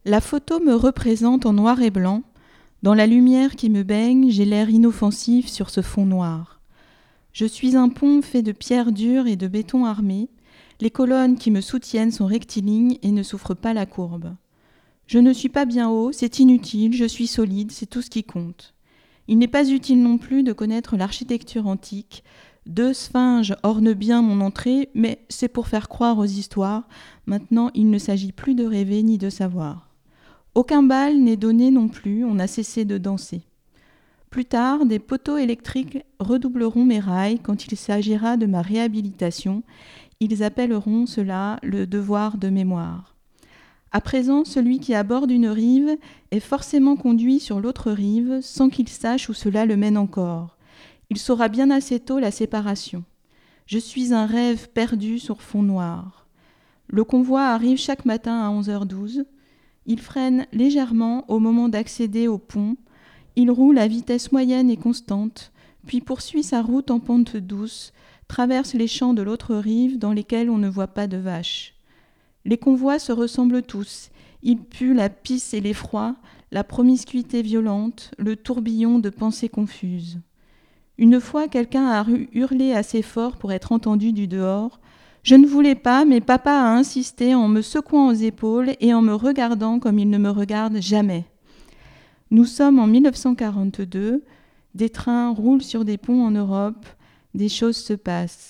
La photo me représente en noir et blanc. Dans la lumière qui me baigne, j'ai l'air inoffensif sur ce fond noir. Je suis un pont fait de pierres dures et de béton armé. Les colonnes qui me soutiennent sont rectilignes et ne souffrent pas la courbe. Je ne suis pas bien haut, c'est inutile, je suis solide, c'est tout ce qui compte. Il n'est pas utile non plus de connaître l'architecture antique. 2 sphinges ornent bien mon entrée, mais c'est pour faire croire aux histoires. Maintenant, il ne s'agit plus de rêver ni de savoir. Aucun bal n'est donné non plus, on a cessé de danser. Plus tard, des poteaux électriques redoubleront mes rails quand il s'agira de ma réhabilitation. Ils appelleront cela le devoir de mémoire. À présent, celui qui aborde une rive est forcément conduit sur l'autre rive sans qu'il sache où cela le mène encore. Il saura bien assez tôt la séparation. Je suis un rêve perdu sur fond noir. Le convoi arrive chaque matin à 11h12. Il freine légèrement au moment d'accéder au pont. Il roule à vitesse moyenne et constante, puis poursuit sa route en pente douce, traverse les champs de l'autre rive dans lesquels on ne voit pas de vaches. Les convois se ressemblent tous. Ils puent la pisse et l'effroi, la promiscuité violente, le tourbillon de pensées confuses. Une fois, quelqu'un a hurlé assez fort pour être entendu du dehors. Je ne voulais pas, mais papa a insisté en me secouant aux épaules et en me regardant comme il ne me regarde jamais. Nous sommes en 1942, des trains roulent sur des ponts en Europe, des choses se passent.